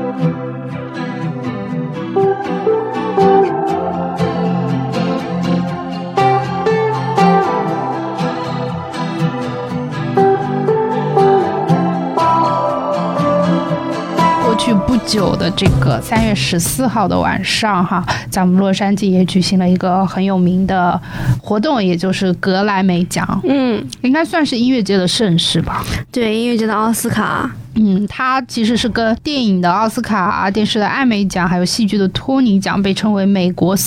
不久的这个3月14号的晚上哈，在我们洛杉矶也举行了一个很有名的活动，也就是格莱美奖。应该算是音乐界的盛事吧。 对，音乐界的奥斯卡。 它其实是跟电影的奥斯卡、电视的艾美奖还有戏剧的托尼奖被称为美国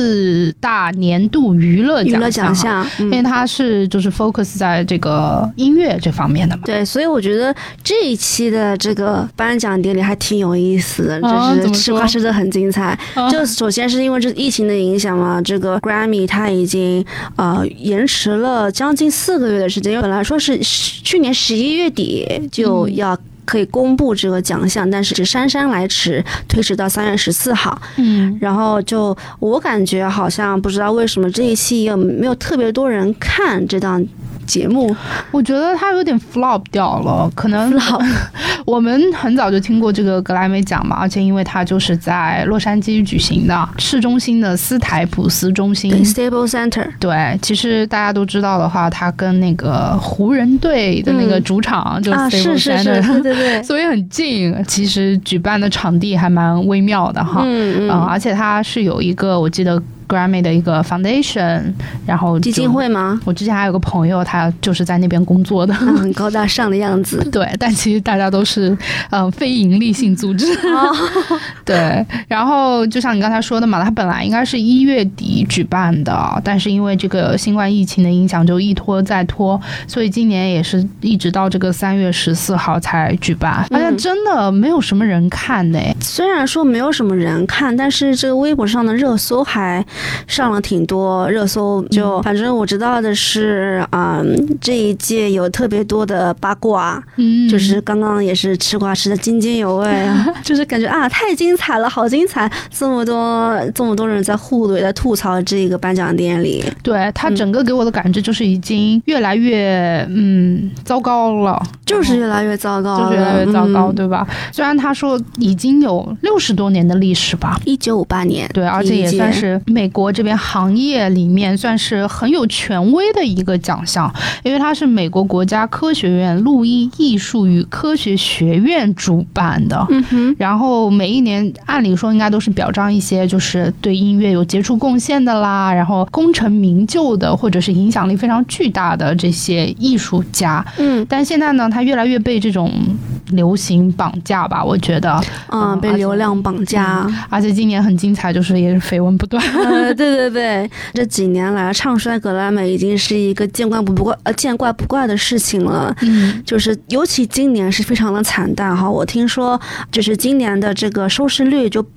4大年度娱乐奖项，因为它是就是 focus 在这个音乐这方面的嘛。 对，所以我觉得这一期的这个颁奖典礼还挺有意思的，就是吃瓜吃的很精彩。就首先是因为这疫情的影响嘛，这个 Grammy 它已经延迟了将近4个月的时间，因为本来说是去年11月底就要可以公布这个奖项，但是姗姗来迟，推迟到3月14号。然后就我感觉好像不知道为什么这一期也没有特别多人看这档节目。 我觉得它有点 flop 掉了，可能我们很早就听过这个格莱美奖嘛，而且因为它就是在洛杉矶举行的，市中心的斯台普斯中心 Staples Center。 对，其实大家都知道的话，它跟那个湖人队的那个主场就是 Staples Center， 对，所以很近。其实举办的场地还蛮微妙的哈。而且它是有一个我记得Grammy 的一个 foundation， 然后基金会吗？ 我之前还有个朋友，他就是在那边工作的， 很高大上的样子。 对，但其实大家都是非盈利性组织。对，然后就像你刚才说的嘛，它本来应该是1月底举办的，但是因为这个新冠疫情的影响，就一拖再拖，所以今年也是一直到这个3月14号才举办。好像真的没有什么人看的。 虽然说没有什么人看，但是这个微博上的热搜还上了挺多热搜。就反正我知道的是这一届有特别多的八卦，就是刚刚也是吃瓜吃的津津有味啊，就是感觉太精彩了，好精彩，这么多人在互怼在吐槽这个颁奖典礼。 对，他整个给我的感觉就是已经越来越糟糕了， 就是越来越糟糕了， 就是越来越糟糕，对吧？虽然他说已经有60多年的历史吧 ，1958年， 对，而且也算是美国这边行业里面算是很有权威的一个奖项，因为它是美国国家科学院录音艺术与科学学院主办的。然后每一年按理说应该都是表彰一些就是对音乐有杰出贡献的啦，然后功成名就的或者是影响力非常巨大的这些艺术家。但现在呢，它越来越被这种流行绑架吧，我觉得被流量绑架。 而且今年很精彩，就是也是绯闻不断。 对，这几年来唱衰格莱美已经是一个见怪不怪的事情了。就是尤其今年是非常的惨淡哈。我听说就是今年的这个收视率就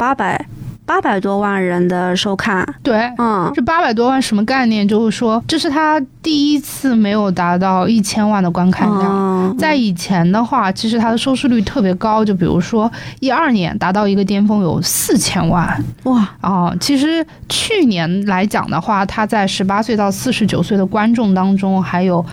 800多万人的收看。 对，这800多万什么概念？就是说这是他第一次没有达到1000万的观看量。在以前的话，其实他的收视率特别高，就比如说12年达到一个巅峰有4000万。哇其实去年来讲的话，他在18岁到49岁的观众当中还有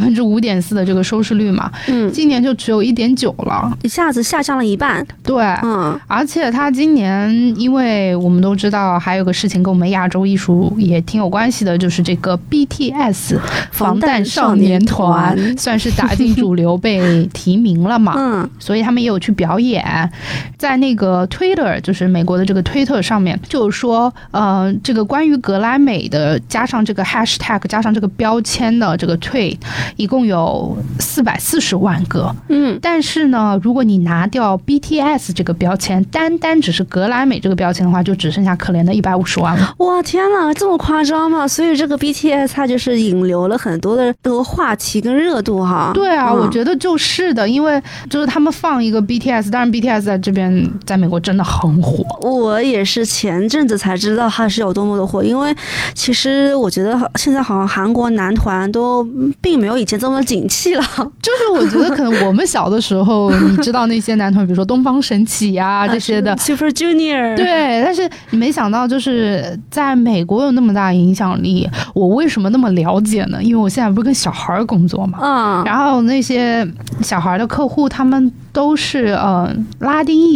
5.4% 的这个收视率嘛。今年就只有1.9了， 一下子下降了一半。 对，而且他今年因为我们都知道还有个事情跟我们亚洲艺术也挺有关系的，就是这个 BTS 防弹少年团算是打进主流被提名了嘛。所以他们也有去表演。在那个 Twitter 就是美国的这个推特上面就是说这个关于格莱美的加上这个 hashtag 加上这个标签的这个 tweet 一共有440万个。但是呢，如果你拿掉 BTS 这个标签，单只是格莱美这个标签的话，就只剩下可怜的150万了。 哇，天哪，这么夸张吗？所以这个 BTS 它就是引流了很多的这个话题跟热度哈。 对啊，我觉得就是的，因为就是他们放一个 BTS， 当然 BTS 在这边在美国真的很火。 我也是前阵子才知道它是有多么的火，因为其实我觉得现在好像韩国男团都并没有以前这么景气了。 就是我觉得可能我们小的时候你知道那些男团比如说东方神起啊这些的 Super Junior， 对，但是你没想到就是在美国有那么大影响力。我为什么那么了解呢？因为我现在不是跟小孩工作嘛，然后那些小孩的客户他们都是拉丁裔的，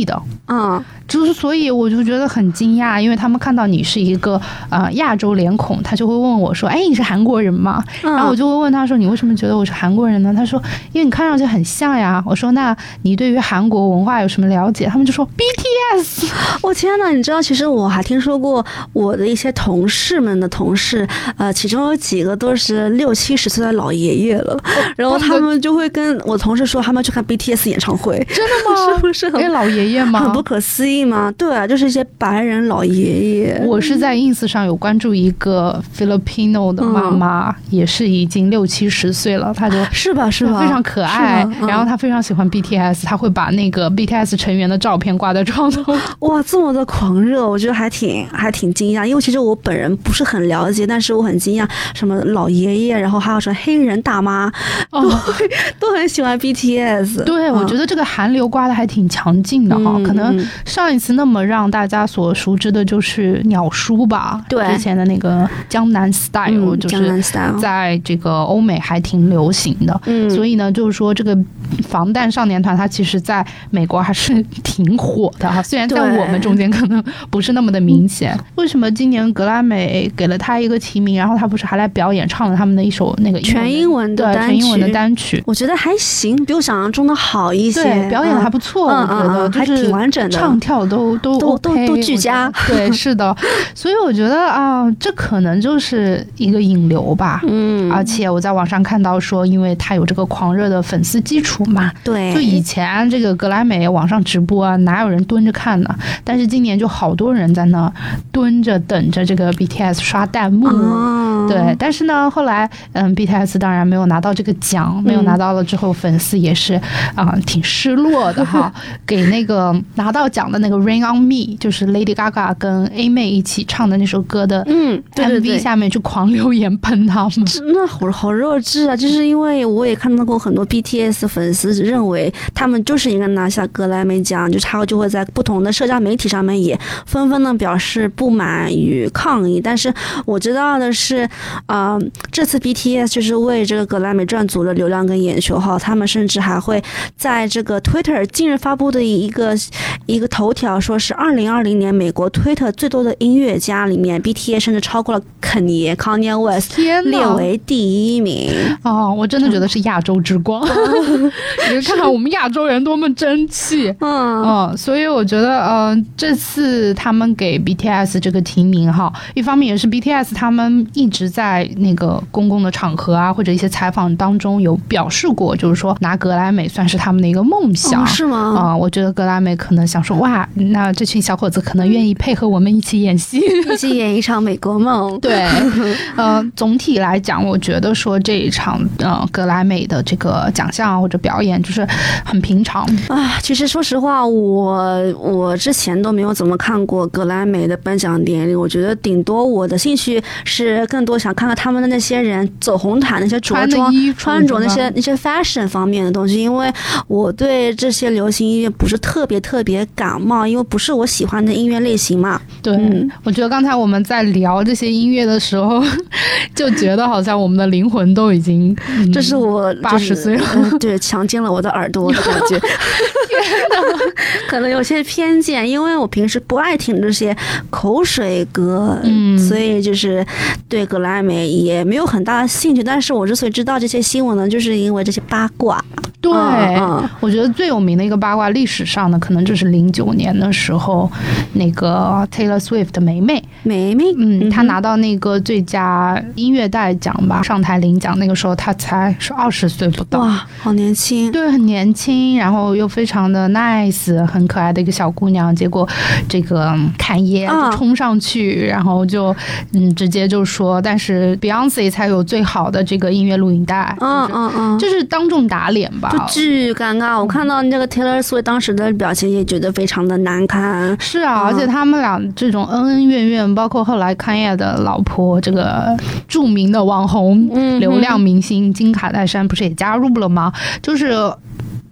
就是所以我就觉得很惊讶，因为他们看到你是一个亚洲脸孔，他就会问我说：“哎，你是韩国人吗？”然后我就会问他说：“你为什么觉得我是韩国人呢？”他说：“因为你看上去很像呀。”我说：“那你对于韩国文化有什么了解？”他们就说 BTS。 我天哪，你知道，其实我还听说过我的一些同事们的同事，其中有几个都是60-70岁的老爷爷了，然后他们就会跟我同事说他们去看 BTS 演唱会。 真的吗？ 是不是很老爷爷吗？ 很不可思议吗？对啊，就是一些白人老爷爷。 我是在 ins 上有关注一个 Filipino 的妈妈，也是已经60-70岁了，她就是吧非常可爱，然后她非常喜欢 BTS， 她会把那个 BTS 成员的照片挂在床头。 哇，这么的狂热，我觉得还挺惊讶，因为其实我本人不是很了解，但是我很惊讶，什么老爷爷，然后还有什么黑人大妈，都很喜欢 BTS。 对，我觉得这个韩流刮的还挺强劲的哈，可能上一次那么让大家所熟知的就是鸟叔吧， 对， 之前的那个江南 style，就是在这个欧美还挺流行的，所以呢，就是说这个防弹少年团它其实在美国还是挺火的哈，虽然在我们中间可能不是那么的明显。为什么今年格莱美给了他一个提名，然后他不是还来表演唱了他们的一首那个全英文的单曲？ 我觉得还行，比我想象中的好一些， 对，表演的还不错，我觉得还挺完整的， 唱跳都俱佳。 对，是的，所以我觉得这可能就是一个引流吧。而且我在网上看到说，因为他有这个狂热的粉丝基础嘛， 对， 就以前这个格莱美网上直播啊，哪有人蹲着看呢？但是今年就好多人在那蹲着等着这个 BTS 刷弹幕。对，但是呢，后来BTS 当然没有拿到这个奖，没有拿到了之后，粉丝也是挺失落的哈。给那个拿到奖的那个 Rain on Me， 就是 Lady Gaga 跟 A 妹一起唱的那首歌的MV 下面就狂留言喷他们， 真的好弱智啊！就是因为我也看到过很多 BTS 粉丝认为他们就是应该拿下格莱美奖，就他就会在不同的社交媒体上面也纷纷的表示不满与抗议。但是我知道的是，这次 BTS 就是为这个格莱美赚足了流量跟眼球哈，他们甚至还会在这个 Twitter 近日发布的一个头条，说是2020年美国 Twitter 最多的音乐家里面 BTS 甚至超过了肯尼 Kanye West， 列为第1名。 我真的觉得是亚洲之光。你看看我们亚洲人多么争气。所以我觉得这次他们给 BTS 这个提名哈，一方面也是 BTS 他们一直在那个公共的场合啊，或者一些采访当中有表示过，就是说拿格莱美算是他们的一个梦想。 是吗？ 我觉得格莱美可能想说，哇，那这群小伙子可能愿意配合我们一起演戏， 一起演一场美国梦。 对，总体来讲，我觉得说这一场格莱美的这个奖项或者表演就是很平常啊。其实说实话，我之前都没有怎么看过格莱美的颁奖典礼，我觉得顶多我的兴趣是更多想看看他们的那些人走红毯那些着装穿着那些 fashion 方面的东西，因为我对这些流行音乐不是特别感冒，因为不是我喜欢的音乐类型嘛。 对，我觉得刚才我们在聊这些音乐的时候，就觉得好像我们的灵魂都已经， 这是我 80岁了， 对，强奸了我的耳朵的感觉。可能有些偏见，因为我平时不爱听这些口水歌，所以就是对格莱美也没有很大的兴趣。但是我之所以知道这些新闻呢，就是因为这些八卦。 对，我觉得最有名的一个八卦，历史上呢，可能就是09年的时候，那个 Taylor Swift 的梅梅，她拿到那个最佳音乐带奖吧，上台领奖，那个时候她才是20岁不到， 哇，好年轻。 对，很年轻，然后又非常的 nice， 很可爱的一个小姑娘。结果这个侃爷就冲上去，然后就直接就说，但是 Beyonce 才有最好的这个音乐录影带，就是当众打脸吧。 就巨尴尬，我看到那个 Taylor Swift 当时的表情也觉得非常的难堪。 是啊，而且他们俩这种恩恩怨怨，包括后来Kanye的老婆这个著名的网红流量明星金卡戴珊不是也加入了吗？就是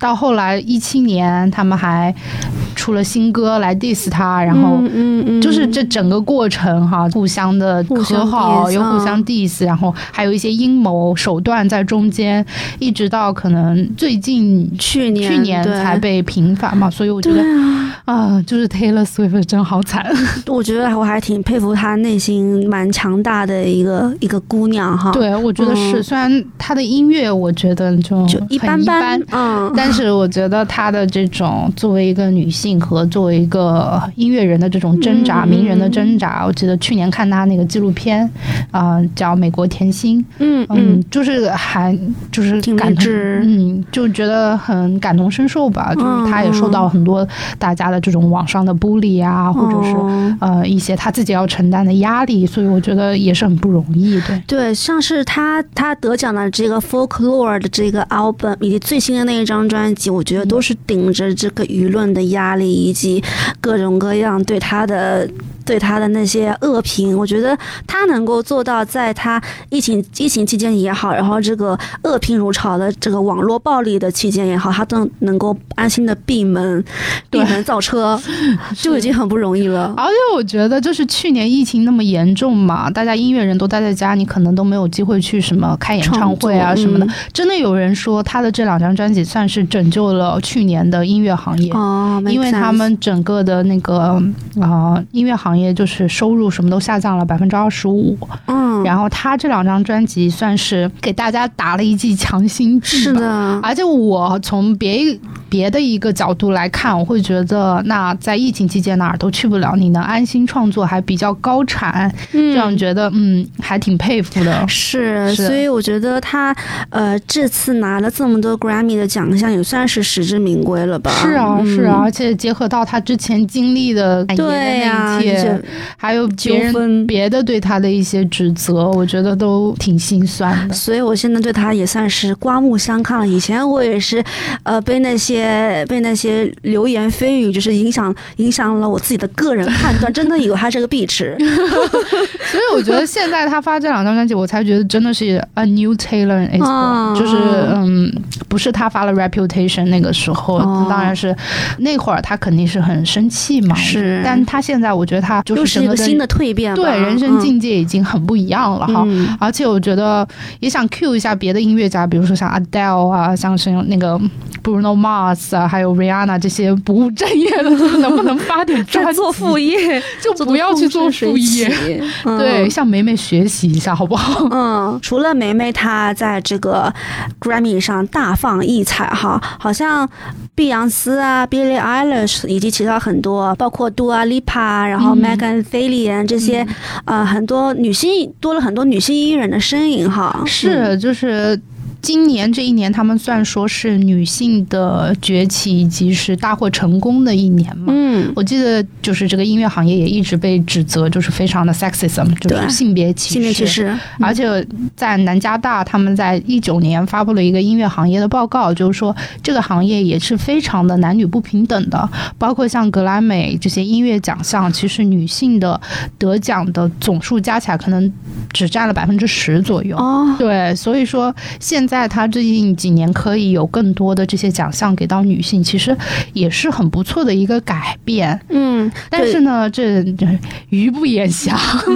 到后来2017年他们还出了新歌来 diss 他，然后就是这整个过程哈，互相的和好又互相 diss， 然后还有一些阴谋手段在中间，一直到可能最近去年才被平反嘛，所以我觉得就是 Taylor Swift 真好惨。 我觉得我还挺佩服她内心蛮强大的一个姑娘哈。 对，我觉得是，虽然她的音乐我觉得就一般般， 但是我觉得她的这种作为一个女性和作为一个音乐人的这种挣扎，名人的挣扎，我记得去年看她那个纪录片叫《美国甜心》，就是就是挺励志， 就觉得很感同身受吧，就是她也受到很多大家的这种网上的bully啊，或者是一些她自己要承担的压力，所以我觉得也是很不容易。 对，像是她得奖的这个 Folklore 的这个 album 以及最新的那一张专辑，我觉得都是顶着这个舆论的压力以及各种各样对她的那些恶评，我觉得他能够做到在他疫情期间也好，然后这个恶评如潮的这个网络暴力的期间也好，他都能够安心的闭门造车，就已经很不容易了。 而且我觉得就是去年疫情那么严重嘛，大家音乐人都待在家，你可能都没有机会去什么开演唱会啊什么的。真的有人说他的这2张专辑算是拯救了去年的音乐行业，因为他们整个的那个音乐行业就是收入什么都下降了25%，然后他这2张专辑算是给大家打了一剂强心剂。 是的， 而且我从别的一个角度来看，我会觉得那在疫情期间哪儿都去不了，你能安心创作还比较高产，这样觉得还挺佩服的。 是，所以我觉得他这次拿了这么多 Grammy 的奖项也算是实至名归了吧。 是啊，而且结合到他之前经历的对呀， 还有别的对他的一些指责，我觉得都挺心酸的。 所以我现在对他也算是刮目相看了。以前我也是被那些流言蜚语就是影响了我自己的个人判断，真的以为他是个碧池。 所以我觉得现在他发这2张专辑，我才觉得真的是 a new Taylor is born，就是不是他发了 Reputation 那个时候，当然是那会儿他肯定是很生气嘛， 是， 但他现在我觉得他就是一个新的蜕变吧， 对，人生境界已经很不一样了哈。而且我觉得也想 cue 一下别的音乐家，比如说像 Adele 啊，像是那个 Bruno Mars 啊，还有 Rihanna 这些不务正业的，能不能发点专辑？ 做副业就不要去做副业。对，向梅梅学习一下好不好？ 除了梅梅她在这个 Grammy 上大放异彩哈，好像碧昂斯啊、Billie Eilish 以及其他很多，包括 Dua Lipa， 然后 Megan Thee Stallion 这些很多多了很多女性音乐人的身影哈。 是，就是今年这一年他们算说是女性的崛起以及是大获成功的一年嘛。我记得就是这个音乐行业也一直被指责就是非常的 sexism， 就是性别歧视。而且在南加大他们在19年发布了一个音乐行业的报告，就是说这个行业也是非常的男女不平等的，包括像格莱美这些音乐奖项，其实女性的得奖的总数加起来可能只占了10%左右。对，所以说现在他最近几年可以有更多的这些奖项给到女性，其实也是很不错的一个改变。但是呢，这鱼不眼瞎。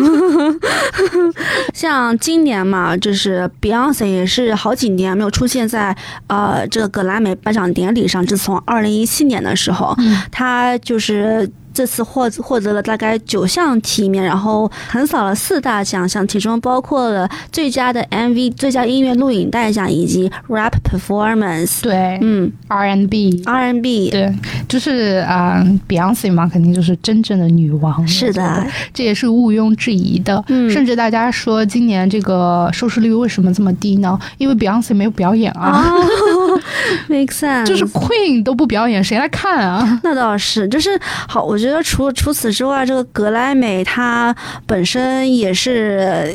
像今年嘛，就是 Beyonce 也是好几年没有出现在这个格莱美颁奖典礼上，自从2017年的时候，她就是这次获得了大概9项提名，然后横扫了4大奖项，其中包括了最佳的 MV、最佳音乐录影带奖以及 Rap Performance。 对，R&B， 对，就是Beyonce 嘛，肯定就是真正的女王。 是的， 这也是毋庸置疑的。甚至大家说今年这个收视率为什么这么低呢？因为 Beyonce 没有表演啊。 make sense， 就是 Queen 都不表演，谁来看啊？ 那倒是，就是好，我觉得除此之外，这个格莱美它本身也是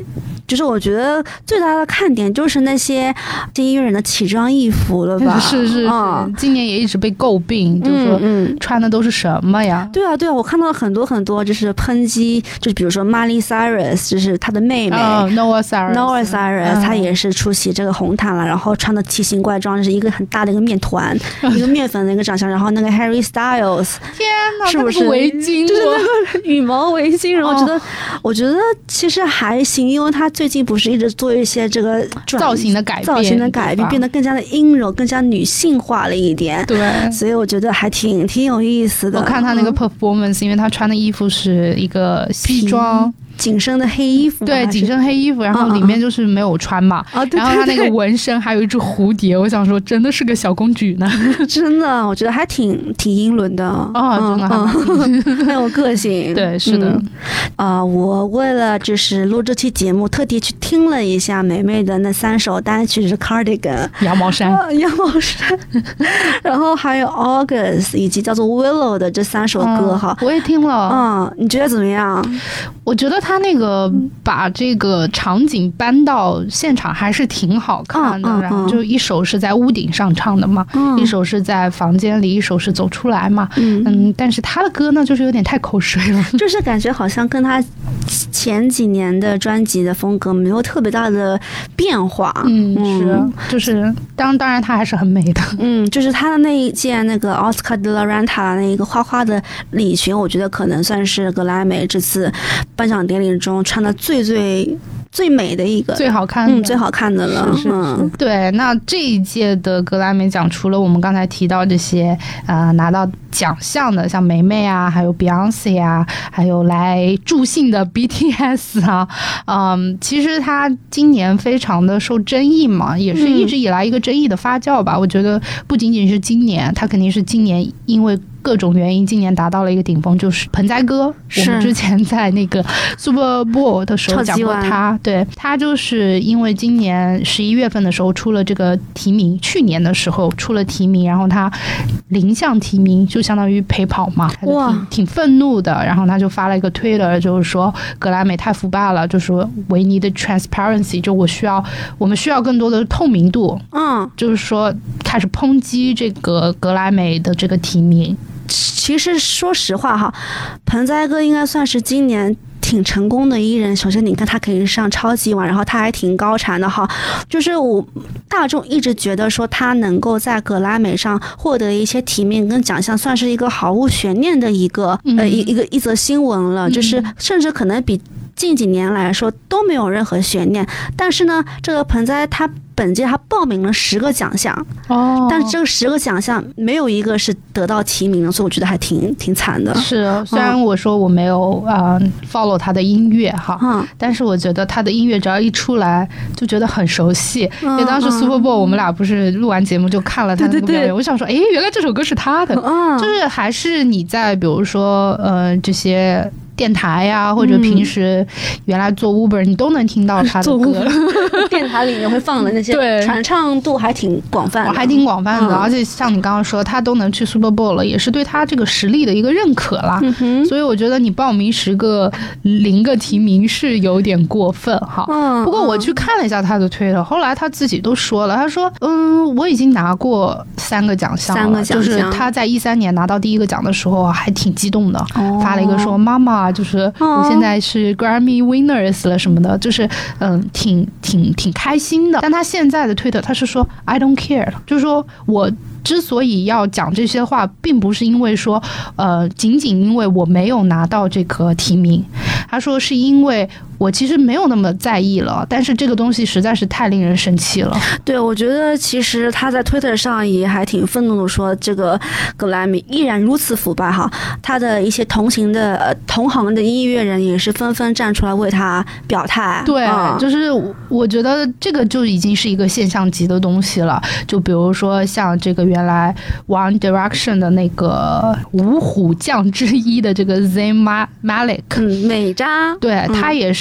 就是我觉得最大的看点就是那些音乐人的奇装异服了吧？ 是，今年也一直被诟病，就是说穿的都是什么呀？ 对啊，我看到了很多就是抨击，就是比如说 Miley Cyrus， 就是她的妹妹 Noah Cyrus， 她也是出席这个红毯了，然后穿的奇形怪状，就是一个很大的一个面团，一个面粉的一个长相，然后那个 Harry Styles， 天哪， 是不是那个围巾， 就是那个羽毛围巾，然后我觉得其实还行，因为他最近不是一直做一些这个造型的改变， 变得更加的阴柔，更加女性化了一点。 对， 所以我觉得还挺有意思的。 我看他那个 performance，因为他穿的衣服是一个西装。 紧身的黑衣服， 对，紧身黑衣服，然后里面就是没有穿嘛。然后他那个纹身还有一只蝴蝶，我想说真的是个小公举呢。 真的，我觉得还挺英伦的真的很有个性。 对，是的。 我为了就是录这期节目，特地去听了一下梅梅的那3首单曲，是 Cardigan 羊毛衫， 然后还有 August 以及叫做 Willow 的这3首歌哈， 我也听了。 你觉得怎么样？ 我觉得他那个把这个场景搬到现场还是挺好看的，然后就一首是在屋顶上唱的嘛，一首是在房间里，一首是走出来嘛，但是他的歌呢就是有点太口水了， 就是感觉好像跟他前几年的专辑的风格没有特别大的变化。就是当然他还是很美的。 就是他的那一件那个 Oscar de la Renta 那个花花的礼裙，我觉得可能算是格莱美这次颁奖典礼中穿的最美的一个， 最好看的， 最好看的了。 对。那这一届的格莱美奖，除了我们刚才提到这些拿到奖项的，像梅梅啊，还有 Beyonce 啊，还有来助兴的 BTS 啊，其实他今年非常的受争议嘛，也是一直以来一个争议的发酵吧。我觉得不仅仅是今年，他肯定是今年因为各种原因今年达到了一个顶峰，就是盆栽哥。我们之前在那个 Super Bowl 的时候讲过他，对，他就是因为今年11月份的时候出了这个提名，去年的时候出了提名，然后他0项提名，就相当于陪跑嘛，他就挺愤怒的，然后他就发了一个 Twitter， 就是说格莱美太腐败了，就是说 We need transparency， 就我们需要更多的透明度，就是说开始抨击这个格莱美的这个提名。 其实说实话哈，盆栽哥应该算是今年挺成功的艺人。首先你看他可以上超级碗，然后他还挺高产的哈，就是大众一直觉得说他能够在格莱美上获得一些提名跟奖项，算是一个毫无悬念的一则新闻了，就是甚至可能比近几年来说都没有任何悬念。但是呢，这个盆栽他本届他报名了10个奖项，但是这个10个奖项没有一个是得到提名的，所以我觉得还挺惨的。 是，虽然我说我没有follow 他的音乐哈，但是我觉得他的音乐只要一出来就觉得很熟悉。因为当时 Super Bowl 我们俩不是录完节目就看了他的表演，我想说，原来这首歌是他的，就是还是你在比如说这些电台呀，或者平时原来做 Uber 你都能听到他的歌， 电台里面会放的那些，传唱度还挺广泛的， 而且像你刚刚说他都能去 Super Bowl 了，也是对他这个实力的一个认可啦。所以我觉得你报名10个0个提名是有点过分哈。不过我去看了一下他的推特，后来他自己都说了，他说我已经拿过3个奖项了，就是他在13年拿到第1个奖的时候还挺激动的，发了一个说妈妈就是我现在是 Grammy Winners 了什么的，就是挺开心的。但他现在的推特他是说 I don't care， 就是说我之所以要讲这些话，并不是因为说仅仅因为我没有拿到这个提名，他说是因为我其实没有那么在意了，但是这个东西实在是太令人生气了。 对，我觉得其实他在 Twitter 上也还挺愤怒的，说这个格莱美依然如此腐败哈，他的一些同行的音乐人也是纷纷站出来为他表态。 对，就是我觉得这个就已经是一个现象级的东西了。就比如说像这个原来 One Direction 的那个五虎将之一的这个 Zayn Malik， 美渣， 对，他也是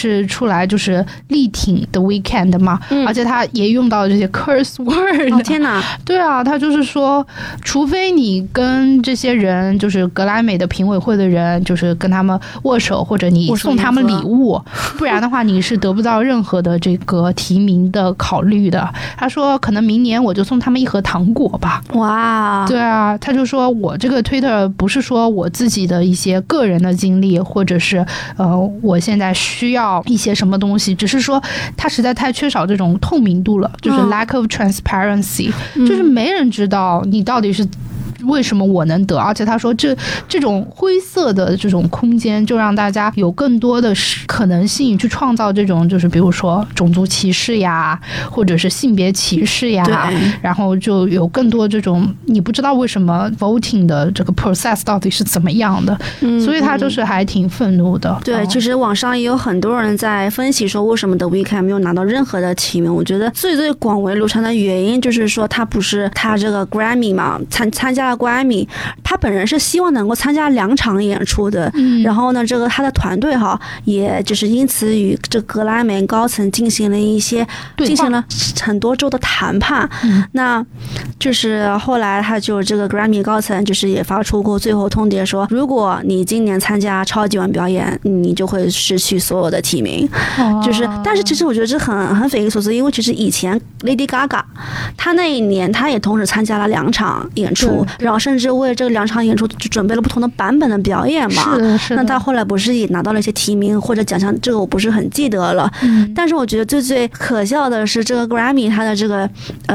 是出来就是力挺 The Weeknd 嘛，而且他也用到这些 curse word。 天哪！ 对啊，他就是说，除非你跟这些人，就是格莱美的评委会的人，就是跟他们握手，或者你送他们礼物，不然的话你是得不到任何的这个提名的考虑的。他说，可能明年我就送他们一盒糖果吧。 哇， 对啊，他就说我这个 Twitter 不是说我自己的一些个人的经历，或者是我现在需要一些什么东西，只是说他实在太缺少这种透明度了，就是 lack of transparency，就是没人知道你到底是为什么我能得，而且他说这种灰色的这种空间就让大家有更多的可能性去创造这种，就是比如说种族歧视呀，或者是性别歧视呀，然后就有更多这种你不知道为什么 voting 的这个 process 到底是怎么样的，所以他就是还挺愤怒的。 对，其实网上也有很多人在分析说为什么 The Weeknd 没有拿到任何的提名。我觉得最广为流传的原因就是说他不是他这个 Grammy 嘛，参加了 Grammy， 他本人是希望能够参加2场演出的，然后呢，这个他的团队也就是因此与这格莱美高层进行了很多周的谈判。那就是后来他就这个 Grammy 高层就是也发出过最后通牒说，如果你今年参加超级碗表演，你就会失去所有的提名。但是其实我觉得这很匪夷所思，因为其实以前 Lady Gaga 她那一年她也同时参加了2场演出，然后甚至为这个2场演出就准备了不同的版本的表演嘛。 是那她后来不是也拿到了一些提名或者奖项，这个我不是很记得了。但是我觉得最可笑的是这个 Grammy 他的这个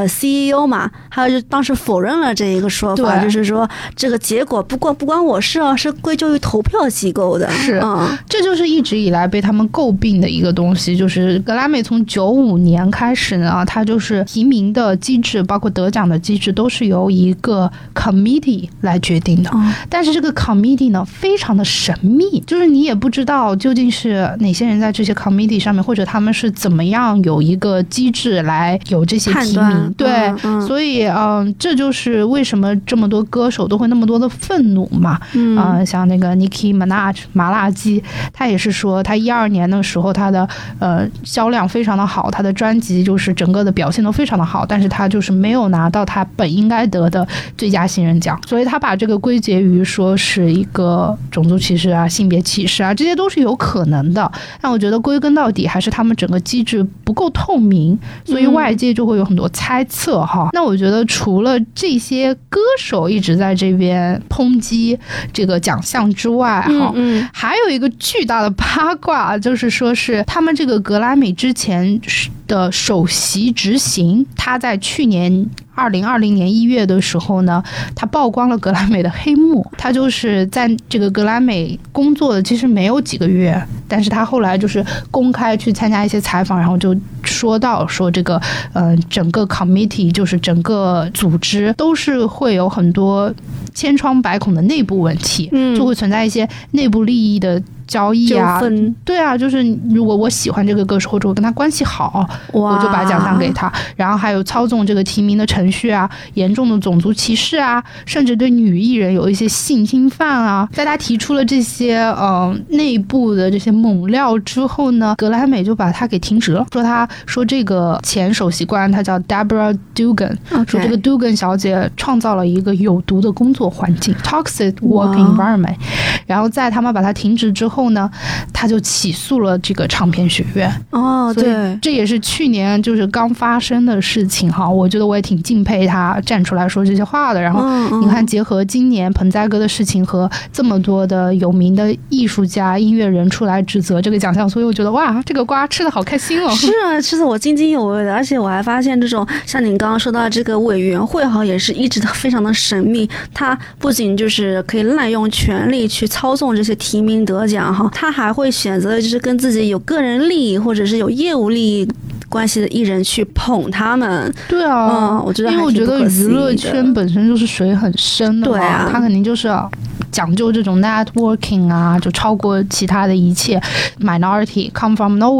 CEO 嘛，他就当时否认了这一个说法，就是说这个结果不关我事是归咎于投票机构的。 这就是一直以来被他们诟病的一个东西，就是格莱美从95年开始呢，它就是提名的机制包括得奖的机制都是由一个 committee 来决定的，但是这个 committee 呢非常的神秘，就是你也不知道究竟是哪些人在这些 committee 上面，或者他们是怎么样有一个机制来有这些提名。对，所以这就是为什么这么多歌手都会那么多的愤怒嘛。像那个 Nicki Minaj 麻辣鸡，他也是说他12年的时候他的销量非常的好，他的专辑就是整个的表现都非常的好，但是他就是没有拿到他本应该得的最佳新人奖，所以他把这个归结于说是一个种族歧视啊、性别歧视啊，这些都是有可能的。但我觉得归根到底还是他们整个机制不够透明，所以外界就会有很多猜测哈。那我觉得除了这些歌手一直在这边抨击这个奖项之外哈，还有一个巨大的八卦，就是说是他们这个格莱美之前的首席执行，他在去年2020年1月的时候呢，他曝光了格莱美的黑幕。他就是在这个格莱美工作的其实没有几个月，但是他后来就是公开去参加一些采访，然后就说到说这个整个 committee 就是整个组织都是会有很多千疮百孔的内部问题，就会存在一些内部利益的交易啊，对啊，就是如果我喜欢这个歌手或者我跟他关系好，我就把奖项给他，然后还有操纵这个提名的程序啊，严重的种族歧视啊，甚至对女艺人有一些性侵犯啊。在他提出了这些内部的这些猛料之后呢，格莱美就把他给停职了，说这个前首席官他叫 Deborah Dugan， 说这个 Dugan 小姐创造了一个有毒的工作环境 toxic work environment， 然后在他们把他停职之后呢，他就起诉了这个唱片学院。对，这也是去年就是刚发生的事情哈。我觉得我也挺敬佩他站出来说这些话的。然后你看，结合今年盆栽哥的事情和这么多的有名的艺术家、音乐人出来指责这个奖项，所以我觉得哇，这个瓜吃的好开心哦。 是啊，吃的我津津有味的。而且我还发现这种像你刚刚说到这个委员会哈，也是一直非常的神秘。他不仅就是可以滥用权力去操纵这些提名得奖哈，他还会选择就是跟自己有个人利益或者是有业务利益关系的艺人去捧他们。 对啊， 我觉得因为我觉得娱乐圈本身就是水很深的嘛， 对啊， 他肯定就是讲究这种 networking 啊，就超过其他的一切。Minority come from nowhere，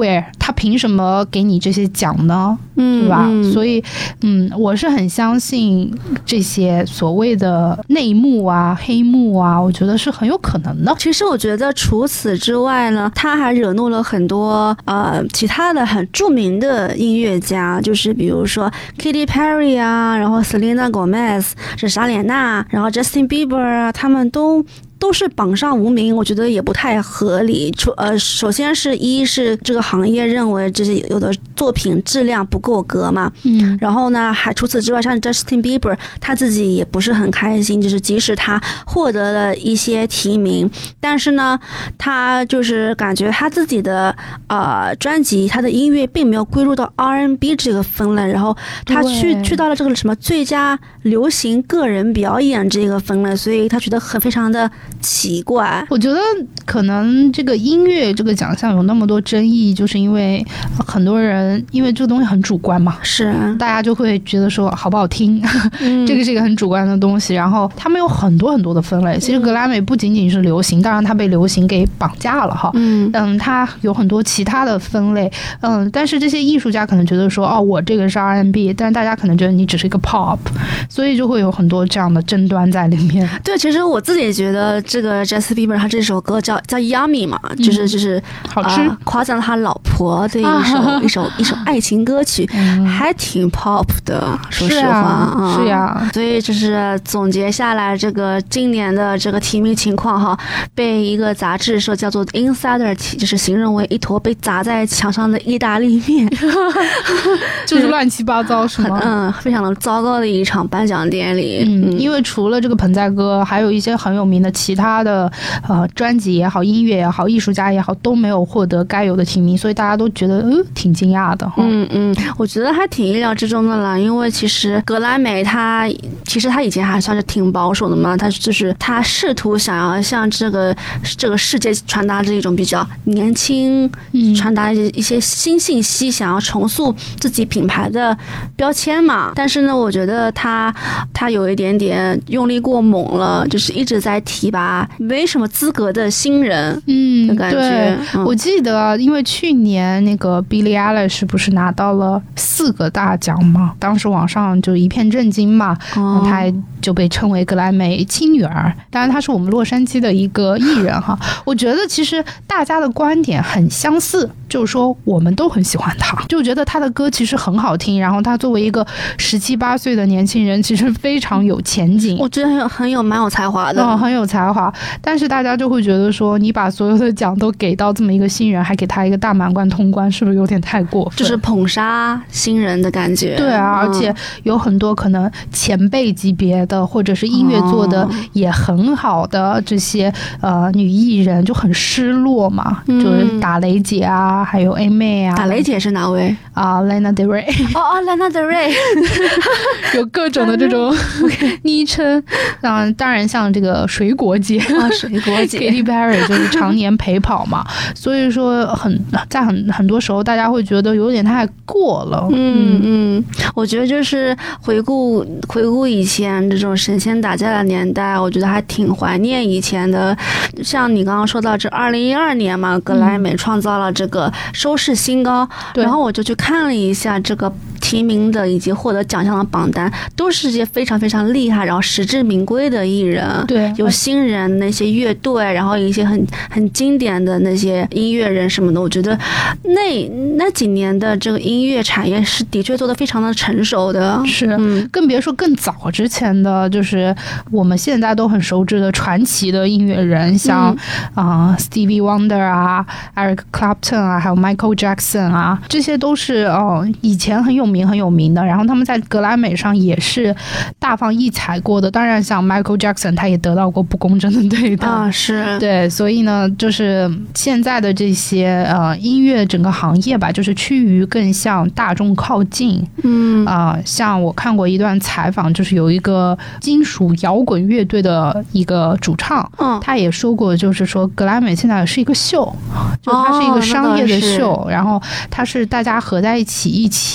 他凭什么给你这些奖呢？对吧？所以我是很相信这些所谓的内幕啊、黑幕啊，我觉得是很有可能的。 其实我觉得除此之外呢，他还惹怒了很多其他的很著名的音乐家，就是比如说 Katy Perry 啊，然后 Selena Gomez 是莎莲娜，然后 Justin Bieber 啊，他们都是榜上无名，我觉得也不太合理。首先是这个行业认为这些有的作品质量不够格嘛，然后呢，还除此之外，像 Justin Bieber 他自己也不是很开心，就是即使他获得了一些提名，但是呢，他就是感觉他自己的专辑，他的音乐并没有归入到 R&B 这个分类，然后他去到了这个什么最佳流行个人表演这个分类，所以他觉得非常的奇怪。 我觉得可能这个音乐这个奖项有那么多争议，就是因为很多人因为这个东西很主观嘛， 是大家就会觉得说好不好听，这个是一个很主观的东西。然后他们有很多很多的分类，其实格莱美不仅仅是流行，当然它被流行给绑架了哈，它有很多其他的分类，但是这些艺术家可能觉得说我这个是 R&B， 但是大家可能觉得你只是一个 pop， 所以就会有很多这样的争端在里面。 对，其实我自己觉得这个 Justin Bieber 他这首歌叫 Yummy 嘛，就是好吃， 夸赞他老婆的一首爱情歌曲，还挺 pop 的，说实话。 是呀， 所以就是总结下来，这个今年的这个提名情况哈，被一个杂志说叫做 Insider， 就是形容为一坨被砸在墙上的意大利面， 就是乱七八糟，是吗？ 非常的糟糕的一场颁奖典礼。 因为除了这个盆栽歌，还有一些很有名的其他的专辑也好、音乐也好、艺术家也好，都没有获得该有的提名，所以大家都觉得挺惊讶的。 我觉得还挺意料之中的了，因为其实格莱美他以前还算是挺保守的嘛，他试图想要向这个世界传达这一种比较年轻，传达一些新信息，想要重塑自己品牌的标签嘛。但是呢，我觉得他有一点点用力过猛了，就是一直在提拔没什么资格的新人的感觉。 我记得因为去年那个 Billie Eilish 不是拿到了4个大奖嘛，当时网上就一片震惊嘛，他就被称为格莱美亲女儿。当然他是我们洛杉矶的一个艺人哈。我觉得其实大家的观点很相似，就是说我们都很喜欢他，就觉得他的歌其实很好听，然后他作为一个17、18岁的年轻人，其实非常有前景， 我觉得蛮有才华的， 很有才华。但是大家就会觉得说，你把所有的奖都给到这么一个新人，还给他一个大满贯通关，是不是有点太过分？ 就是捧杀新人的感觉。 对啊，而且有很多可能前辈级别的，或者是音乐做的也很好的这些女艺人就很失落嘛，就是打雷姐啊，还有 A 妹啊。 打雷姐是哪位 ？Lana Del Rey。 Lana Del Rey 有各种的这种昵称。当然像这个水果姐水果姐 Katy Perry 就是常年陪跑嘛，所以说在很多时候大家会觉得有点太过了。 我觉得就是回顾以前这种神仙打架的年代，我觉得还挺怀念以前的。像你刚刚说到这2012年嘛，格莱美创造了这个收视新高，然后我就去看了一下这个提名的以及获得奖项的榜单，都是一些非常非常厉害，然后实至名归的艺人。 对， 有新人那些乐队，然后一些很经典的那些音乐人什么的。我觉得那几年的这个音乐产业是的确做得非常的成熟的。 是，更别说更早之前的，就是我们现在都很熟知的传奇的音乐人，像Stevie Wonder 啊、Eric Clapton 啊，还有 Michael Jackson 啊，这些都是以前很有名的，然后他们在格莱美上也是大放异彩过的。当然像 Michael Jackson 他也得到过不公正的对待是对，所以呢就是现在的这些音乐整个行业吧，就是趋于更向大众靠近。像我看过一段采访，就是有一个金属摇滚乐队的一个主唱，他也说过，就是说格莱美现在是一个秀，就它是一个商业的秀，然后它是大家合在一起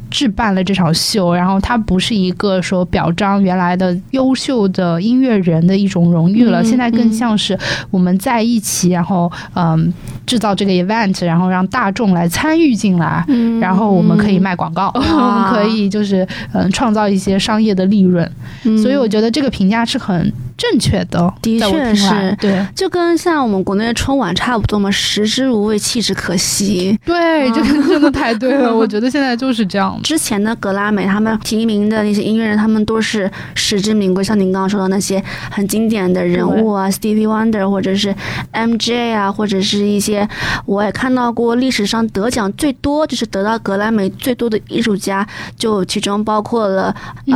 置办了这场秀，然后它不是一个说表彰原来的优秀的音乐人的一种荣誉了，现在更像是我们在一起，然后制造这个 event， 然后让大众来参与进来，然后我们可以卖广告，我们可以就是创造一些商业的利润，所以我觉得这个评价是很正确的。 的确是， 对， 就跟像我们国内的春晚差不多嘛，食之无味，弃之可惜。 对，这个真的太对了，我觉得现在就是这样。 之前的格莱美他们提名的那些音乐人，他们都是实至名归，像您刚刚说的那些很经典的人物啊 ，Stevie Wonder 或者是 MJ 啊，或者是一些我也看到过历史上得奖最多，就是得到格莱美最多的艺术家，就其中包括了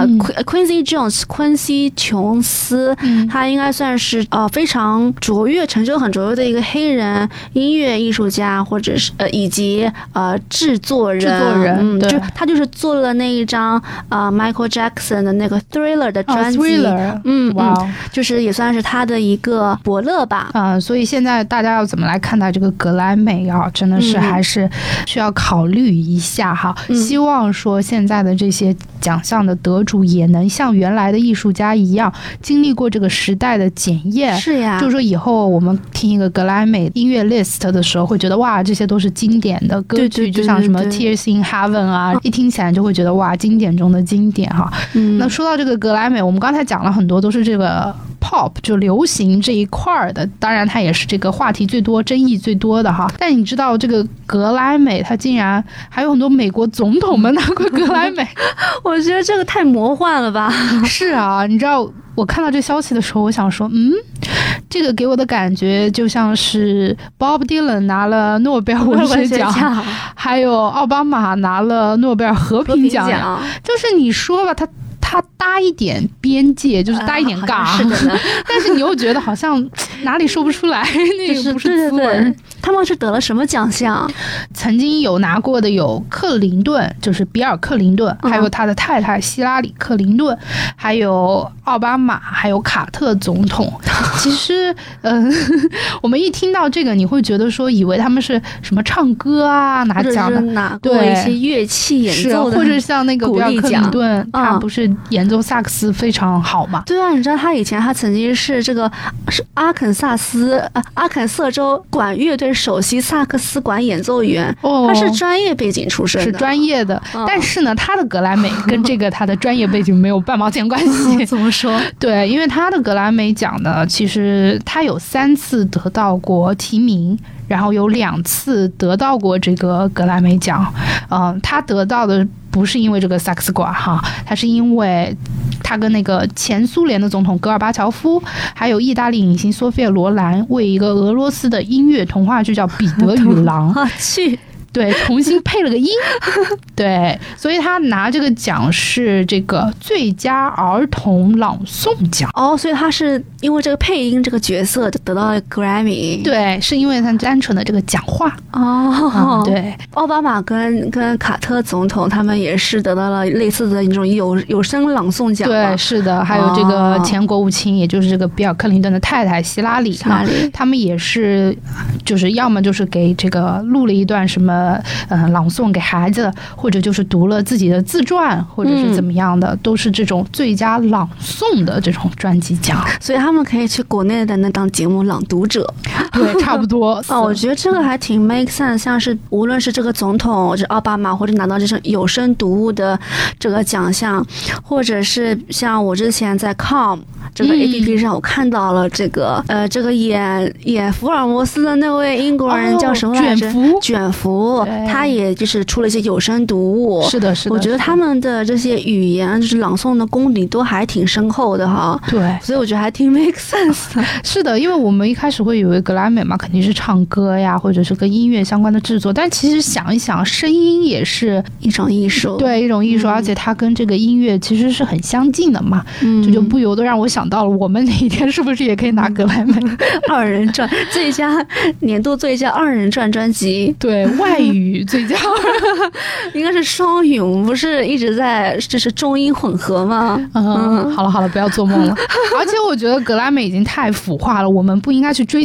Quincy Jones 昆西琼斯，他应该算是非常卓越、成就很卓越的一个黑人音乐艺术家，或者是以及制作人，就他就是做了那一张Michael Jackson 的那个 Thriller 的专辑，Thriller，就是也算是他的一个伯乐吧。 所以现在大家要怎么来看待这个格莱美啊？真的是还是需要考虑一下哈。希望说现在的这些奖项的得主也能像原来的艺术家一样，经历过这个时代的检验。 是呀， 就是说以后我们听一个格莱美音乐 list 的时候，会觉得哇，这些都是经典的歌曲，对，就像什么 Tears in Heaven 啊，一听起来就会觉得哇，经典中的经典哈。那说到这个格莱美，我们刚才讲了很多都是这个 pop 就流行这一块的，当然它也是这个话题最多、争议最多的哈。但你知道这个格莱美，它竟然还有很多美国总统们拿过格莱美， 我觉得这个太魔幻了吧？ 是啊，你知道我看到这消息的时候，我想说，这个给我的感觉就像是 Bob Dylan 拿了诺贝尔文学奖，还有奥巴马拿了诺贝尔和平奖，就是你说吧，他搭一点边界，就是搭一点尬，但是你又觉得好像哪里说不出来，那个不是滋味。 他们是得了什么奖项？ 曾经有拿过的有克林顿，就是比尔·克林顿，还有他的太太希拉里·克林顿，还有奥巴马，还有卡特总统。其实，我们一听到这个，你会觉得说，以为他们是什么唱歌啊拿奖的， 拿过一些乐器演奏的， 或者像那个比尔·克林顿，他不是演奏萨克斯非常好嘛？ 对啊，你知道他以前他曾经是这个是阿肯色州管乐队首席萨克斯管演奏员，他是专业背景出身的， 是专业的。但是呢，他的格莱美跟这个他的专业背景没有半毛钱关系。 怎么说？ 对，因为他的格莱美奖呢，其实他有3次得到过提名，然后有2次得到过这个格莱美奖。他得到的不是因为这个萨克斯管哈，他是因为他跟那个前苏联的总统戈尔巴乔夫，还有意大利影星索菲亚·罗兰为一个俄罗斯的音乐童话剧叫《彼得与狼》对，重新配了个音，对，所以他拿这个奖是这个最佳儿童朗诵奖。 所以他是因为这个配音这个角色就得到了 Grammy。 对，是因为他单纯的这个讲话。对， 奥巴马跟卡特总统他们也是得到了类似的那种有声朗诵奖。 对，是的，还有这个前国务卿，也就是这个比尔·克林顿的太太希拉里，他们也是，就是要么就是给这个录了一段什么。朗诵给孩子，或者就是读了自己的自传，或者是怎么样的，都是这种最佳朗诵的这种专辑奖。 所以他们可以去国内的那档节目《朗读者》。 对，差不多。 我觉得这个还挺 make sense， 像是无论是这个总统，或者奥巴马，或者拿到这种有声读物的这个奖项，或者是像我之前在 Com 这个 APP 上，我看到了这个这个演福尔摩斯的那位英国人叫什么来着？卷福。他也就是出了一些有声读物。 是的。 我觉得他们的这些语言就是朗诵的功底都还挺深厚的哈。 对， 所以我觉得还挺 make sense 的。 是的，因为我们一开始会以为格莱美嘛肯定是唱歌呀，或者是跟音乐相关的制作，但其实想一想，声音也是一种艺术。 对，一种艺术，而且它跟这个音乐其实是很相近的嘛。这就不由得让我想到了，我们哪一天是不是也可以拿格莱美 2人转年度最佳2人转专辑？ 对，外语最佳应该是双语，我们不是一直在就是中英混合吗？ 好了，不要做梦了。而且我觉得格莱美已经太腐化了，我们不应该去追求这些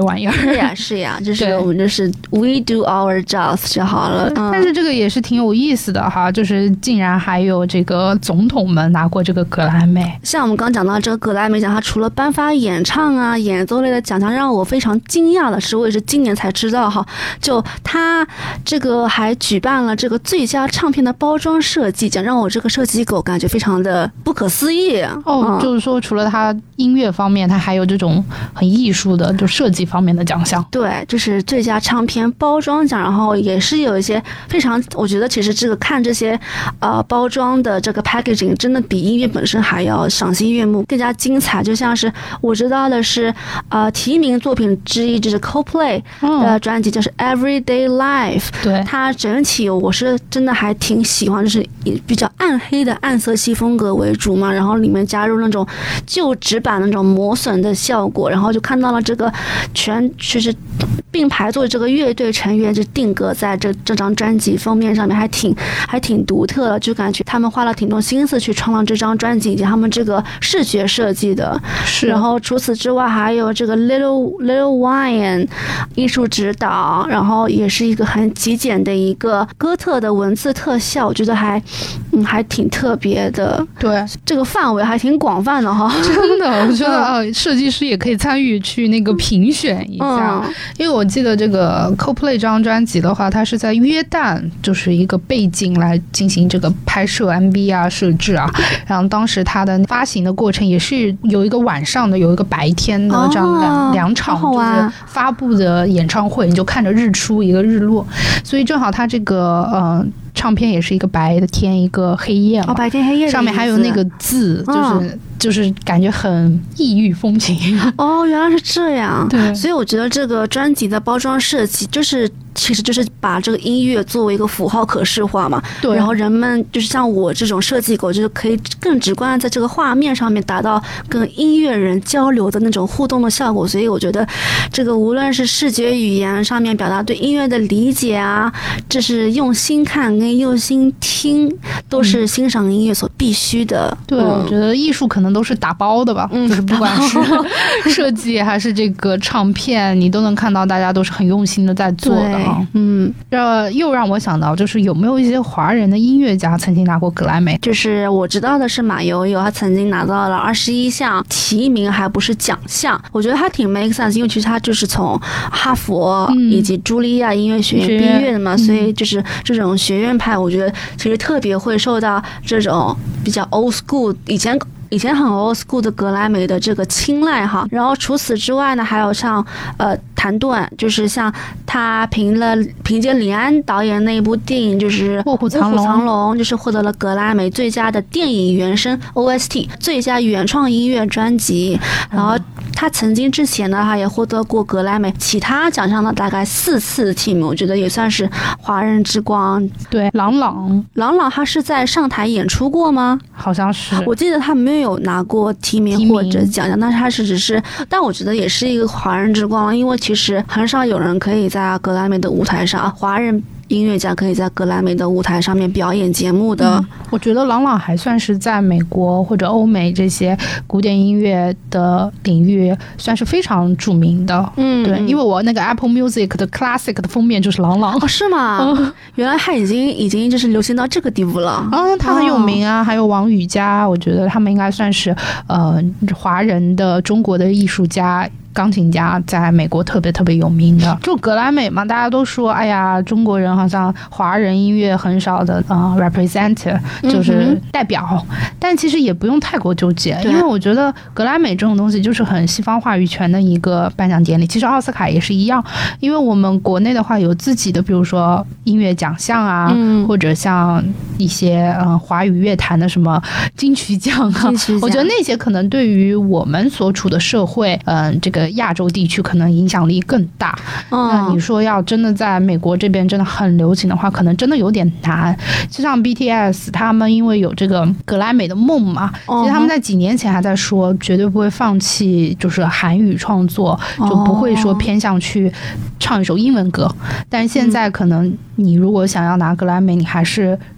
玩意儿。 是呀是呀，就是我们就是 we do our jobs 就好了。 但是这个也是挺有意思的哈，就是竟然还有这个总统们拿过这个格莱美。 像我们刚讲到这个格莱美奖，它除了颁发演唱啊、演奏类的奖项，让我非常惊讶的是，我也是今年才知道哈，就它这个还举办了这个最佳唱片的包装设计奖，让我这个设计狗感觉非常的不可思议。 就是说除了它音乐方面，它还有这种很艺术的就设计方面的奖项。 对，就是最佳唱片包装奖，然后也是有一些非常，我觉得其实这个看这些包装的这个 packaging 真的比音乐本身还要赏心悦目，更加精彩。就像是我知道的是提名作品之一就是 Coldplay 的专辑，就是 Everyday Life。对，它整体我是真的还挺喜欢，就是比较暗黑的暗色系风格为主嘛，然后里面加入那种旧纸板那种磨损的效果，然后就看到了这个就是并排做这个乐队成员就定格在这张专辑封面上面，还挺独特的，就感觉他们花了挺多心思去创造这张专辑以及他们这个视觉设计的。是，然后除此之外还有这个 Little Wayne 艺术指导，然后也是一个很极简的一个哥特的文字特效，我觉得还挺特别的。对，这个范围还挺广泛的哈。 真的，我觉得设计师也可以参与去那个评选一下，因为我记得这个 Coldplay 这张专辑的话，它是在约旦就是一个背景来进行这个拍摄 MV 啊设置啊，然后当时它的发行的过程也是有一个晚上的有一个白天的这样两场就是发布的演唱会，你就看着日出一个日落，所以正好它这个唱片也是一个白的天一个黑夜嘛， 白天黑夜， 上面还有那个字，就是感觉很异域风情。 原来是这样。对，所以我觉得这个专辑的包装设计其实就是把这个音乐作为一个符号可视化嘛。对。然后人们就是像我这种设计狗，就是可以更直观的在这个画面上面达到跟音乐人交流的那种互动的效果。所以我觉得这个无论是视觉语言上面表达对音乐的理解啊，这是用心看跟用心听都是欣赏音乐所必须的。 对，我觉得艺术可能都是打包的吧，就是不管是设计还是这个唱片，你都能看到大家都是很用心的在做的。这又让我想到，就是有没有一些华人的音乐家曾经拿过格莱美？ 就是我知道的是马友友，他曾经拿到了21项提名，还不是奖项。我觉得他挺 make sense， 因为其实他就是从哈佛以及茱莉亚音乐学院毕业的嘛，所以就是这种学院派，我觉得其实特别会受到这种比较 old school 以前很 old school 的格莱美的这个青睐哈。然后除此之外呢，还有像谭盾，就是像他凭借李安导演那一部电影就是卧虎藏龙， 就是获得了格莱美最佳的电影原声 OST、最佳原创音乐专辑。然后他曾经之前呢，他也获得过格莱美其他奖项的大概4次提名，我觉得也算是华人之光。 对，郎朗他是在上台演出过吗？ 好像是， 我记得他没有拿过提名或者奖项，但是他是只是，但我觉得也是一个华人之光，因为其实很少有人可以在格莱美的舞台上，华人音乐家可以在格莱美的舞台上面表演节目的。 我觉得郎朗还算是在美国或者欧美这些古典音乐的领域算是非常著名的。对，因为我那个 Apple Music 的 Classic 的封面就是郎朗。 是吗？原来他已经就是流行到这个地步了。 他很有名啊，还有王羽佳，我觉得他们应该算是华人的中国的艺术家。钢琴家在美国特别特别有名的，就格莱美嘛，大家都说，哎呀，中国人好像华人音乐很少的represent， 就是代表，但其实也不用太过纠结，因为我觉得格莱美这种东西就是很西方话语权的一个颁奖典礼，其实奥斯卡也是一样，因为我们国内的话有自己的，比如说音乐奖项啊，或者像一些华语乐坛的什么金曲奖啊，我觉得那些可能对于我们所处的社会，这个亚洲地区可能影响力更大。那你说要真的在美国这边真的很流行的话，可能真的有点难。就像 BTS 他们因为有这个格莱美的梦嘛，其实他们在几年前还在说绝对不会放弃就是韩语创作，就不会说偏向去唱一首英文歌。但是现在可能你如果想要拿格莱美，你还是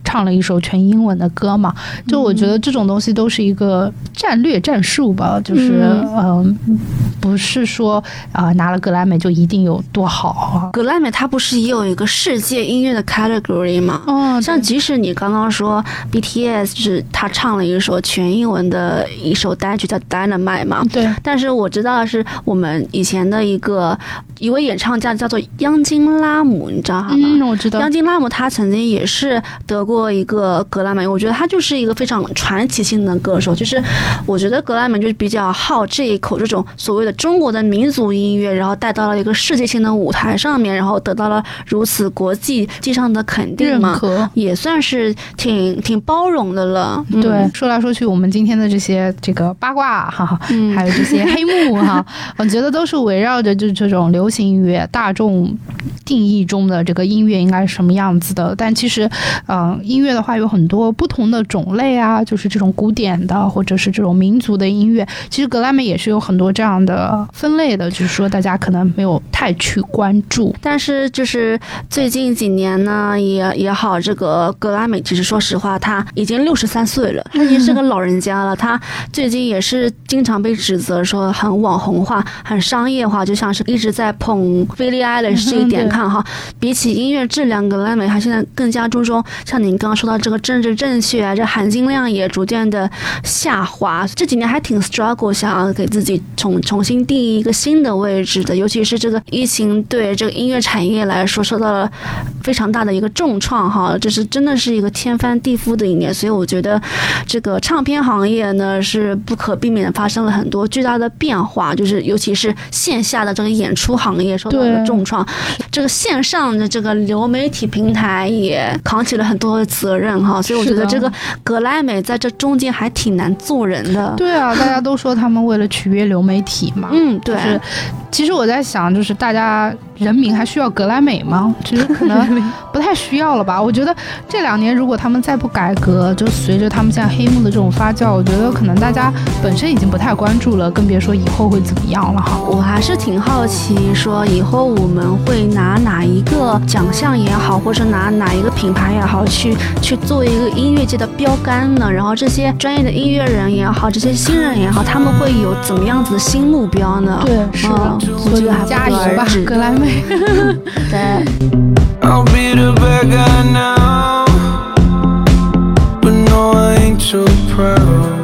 唱了一首全英文的歌嘛，就我觉得这种东西都是一个战略战术吧，就是不是说拿了格莱美就一定有多好。 格莱美它不是也有一个世界音乐的 category 吗？像即使你刚刚说 BTS 就是他唱了一首全英文的一首单曲叫 Dynamite 嘛， 对， 但是我知道的是我们以前的一位演唱家叫做央金拉姆，你知道吗？ 我知道。 央金拉姆他曾经也是得过一个格莱美，我觉得他就是一个非常传奇性的歌手。就是我觉得格莱美就是比较好这一口，这种所谓的中国的民族音乐，然后带到了一个世界性的舞台上面，然后得到了如此国际上的肯定嘛，也算是挺包容的了。 对，说来说去，我们今天的这个八卦哈，还有这些黑幕哈，我觉得都是围绕着就这种流行音乐大众定义中的这个音乐应该是什么样子的。但其实音乐的话有很多不同的种类啊，就是这种古典的或者是这种民族的音乐，其实格莱美也是有很多这样的分类的，就是说大家可能没有太去关注。 但是就是最近几年呢也好，这个格莱美其实说实话他已经63岁了，他已经是个老人家了。他最近也是经常被指责说很网红化很商业化，就像是一直在捧 Billie Eilish 这一点看哈，比起音乐质量，格莱美他现在更加注重像您刚刚说到这个政治正确啊，这含金量也逐渐的下滑。这几年还挺 struggle 想要给自己重新定义一个新的位置的，尤其是这个疫情对这个音乐产业来说受到了非常大的一个重创哈，这是真的是一个天翻地覆的一年。所以我觉得这个唱片行业呢是不可避免的发生了很多巨大的变化，就是尤其是线下的这个演出行业受到了重创，这个线上的这个流媒体平台也扛起了很多的责任哈。所以我觉得这个格莱美在这中间还挺难做人的。 对啊，大家都说他们为了取悦流媒体嘛， 对。 就是其实我在想，就是大家人民还需要格莱美吗？其实可能不太需要了吧。我觉得这2年如果他们再不改革，就随着他们现在黑幕的这种发酵，我觉得可能大家本身已经不太关注了，更别说以后会怎么样了哈。 我还是挺好奇，说以后我们会拿哪一个奖项也好，或者拿哪一个品牌也好，去做一个音乐界的标杆呢？然后这些专业的音乐人也好，这些新人也好，他们会有怎么样子的新目标呢？ 对，是的，所以加油吧，格莱美。 对。 I'll be the bad guy now, but no, I ain't too proud.